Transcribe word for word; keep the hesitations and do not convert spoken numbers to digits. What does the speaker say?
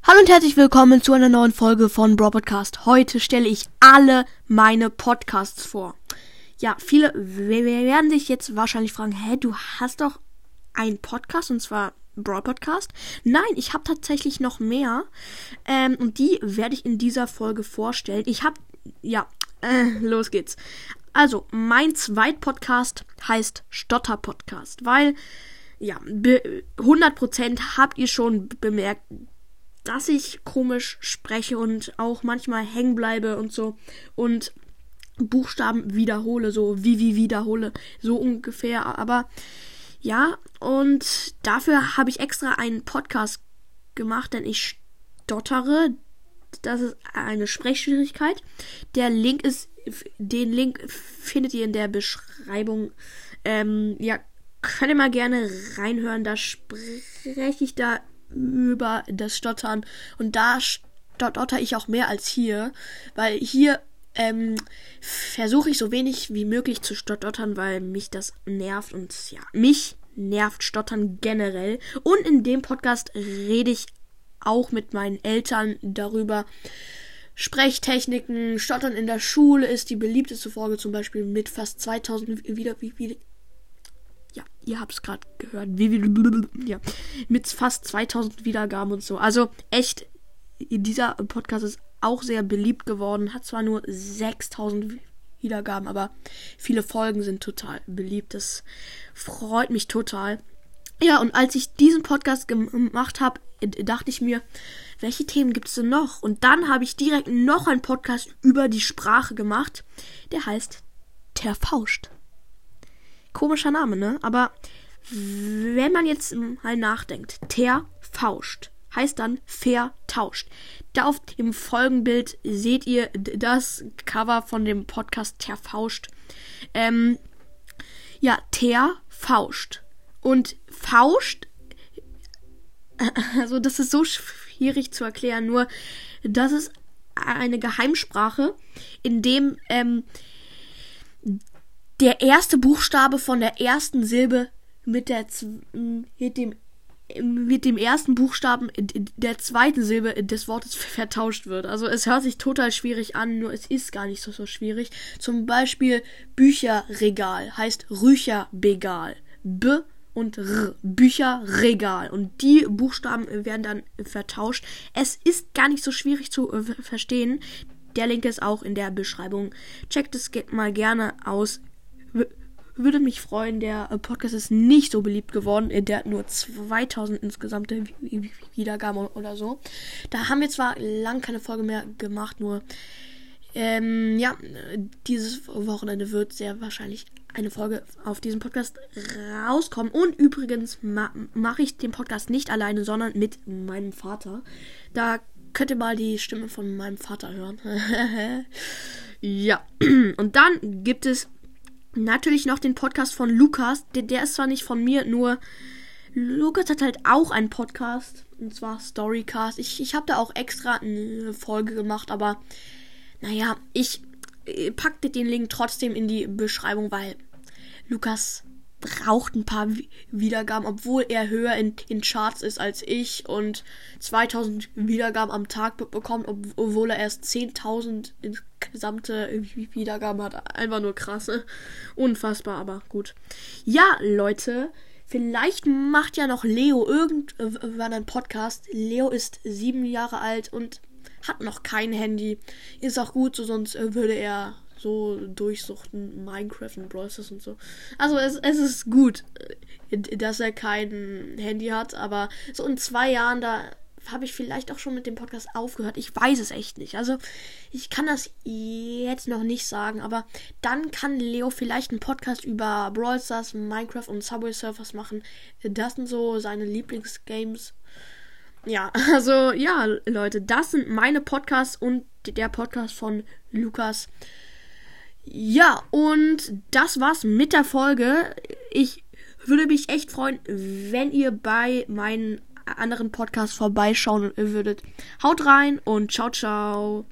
Hallo und herzlich willkommen zu einer neuen Folge von Brawl Podcast. Heute stelle ich alle meine Podcasts vor. Ja, viele werden sich jetzt wahrscheinlich fragen, hä, du hast doch einen Podcast und zwar Brawl Podcast? Nein, ich habe tatsächlich noch mehr ähm, und die werde ich in dieser Folge vorstellen. Ich habe, ja, äh, los geht's. Also, mein Zweit-Podcast heißt Stotter Podcast, weil, ja, be- hundert Prozent habt ihr schon bemerkt, dass ich komisch spreche und auch manchmal hängen bleibe und so und Buchstaben wiederhole, so wie wie wiederhole, so ungefähr. Aber ja, und dafür habe ich extra einen Podcast gemacht, denn ich stottere. Das ist eine Sprechschwierigkeit. Der Link ist, den Link findet ihr in der Beschreibung. Ähm, ja, könnt ihr mal gerne reinhören. Da spreche ich da über das Stottern und da stotter ich auch mehr als hier, weil hier ähm, versuche ich so wenig wie möglich zu stottern, weil mich das nervt und ja, mich nervt Stottern generell. Und in dem Podcast rede ich auch mit meinen Eltern darüber. Sprechtechniken, Stottern in der Schule ist die beliebteste Folge, zum Beispiel mit fast zweitausend wieder wie, wie Ja, ihr habt es gerade gehört. Wie, wie, ja, mit fast zweitausend Wiedergaben und so. Also echt, dieser Podcast ist auch sehr beliebt geworden. Hat zwar nur sechstausend Wiedergaben, aber viele Folgen sind total beliebt. Das freut mich total. Ja, und als ich diesen Podcast gemacht habe, dachte ich mir, welche Themen gibt es denn noch? Und dann habe ich direkt noch einen Podcast über die Sprache gemacht. Der heißt Terfauscht. Komischer Name, ne? Aber wenn man jetzt mal nachdenkt, terfauscht heißt dann vertauscht. Da auf dem Folgenbild seht ihr das Cover von dem Podcast Terfauscht. Ähm, ja, terfauscht. Und Fauscht, also das ist so schwierig zu erklären, nur das ist eine Geheimsprache, in dem ähm, der erste Buchstabe von der ersten Silbe mit der mit dem mit dem ersten Buchstaben der zweiten Silbe des Wortes vertauscht wird. Also es hört sich total schwierig an, nur es ist gar nicht so, so schwierig. Zum Beispiel Bücherregal heißt Rücherbegal. B und R. Bücherregal. Und die Buchstaben werden dann vertauscht. Es ist gar nicht so schwierig zu äh, verstehen. Der Link ist auch in der Beschreibung. Checkt es mal gerne aus. Würde mich freuen, der Podcast ist nicht so beliebt geworden. Der hat nur zweitausend insgesamte Wiedergaben oder so. Da haben wir zwar lang keine Folge mehr gemacht, nur ähm, ja, dieses Wochenende wird sehr wahrscheinlich eine Folge auf diesem Podcast rauskommen. Und übrigens ma- mache ich den Podcast nicht alleine, sondern mit meinem Vater. Da könnt ihr mal die Stimme von meinem Vater hören. Ja, und dann gibt es natürlich noch den Podcast von Lukas. Der, der ist zwar nicht von mir, nur Lukas hat halt auch einen Podcast. Und zwar Storycast. Ich, ich habe da auch extra eine Folge gemacht, aber naja, ich packte den Link trotzdem in die Beschreibung, weil Lukas braucht ein paar Wiedergaben, obwohl er höher in den Charts ist als ich und zweitausend Wiedergaben am Tag bekommt, obwohl er erst zehntausend insgesamte Wiedergaben hat. Einfach nur krass, ne? Unfassbar, aber gut. Ja, Leute, vielleicht macht ja noch Leo irgendwann einen Podcast. Leo ist sieben Jahre alt und hat noch kein Handy. Ist auch gut, so sonst würde er so durchsuchten Minecraft und Brawl Stars und so. Also es, es ist gut, dass er kein Handy hat, aber so in zwei Jahren, da habe ich vielleicht auch schon mit dem Podcast aufgehört. Ich weiß es echt nicht. Also ich kann das jetzt noch nicht sagen, aber dann kann Leo vielleicht einen Podcast über Brawl Stars, Minecraft und Subway Surfers machen. Das sind so seine Lieblingsgames. Ja, also ja, Leute, das sind meine Podcasts und der Podcast von Lukas. Ja, und das war's mit der Folge. Ich würde mich echt freuen, wenn ihr bei meinen anderen Podcasts vorbeischauen würdet. Haut rein und ciao, ciao.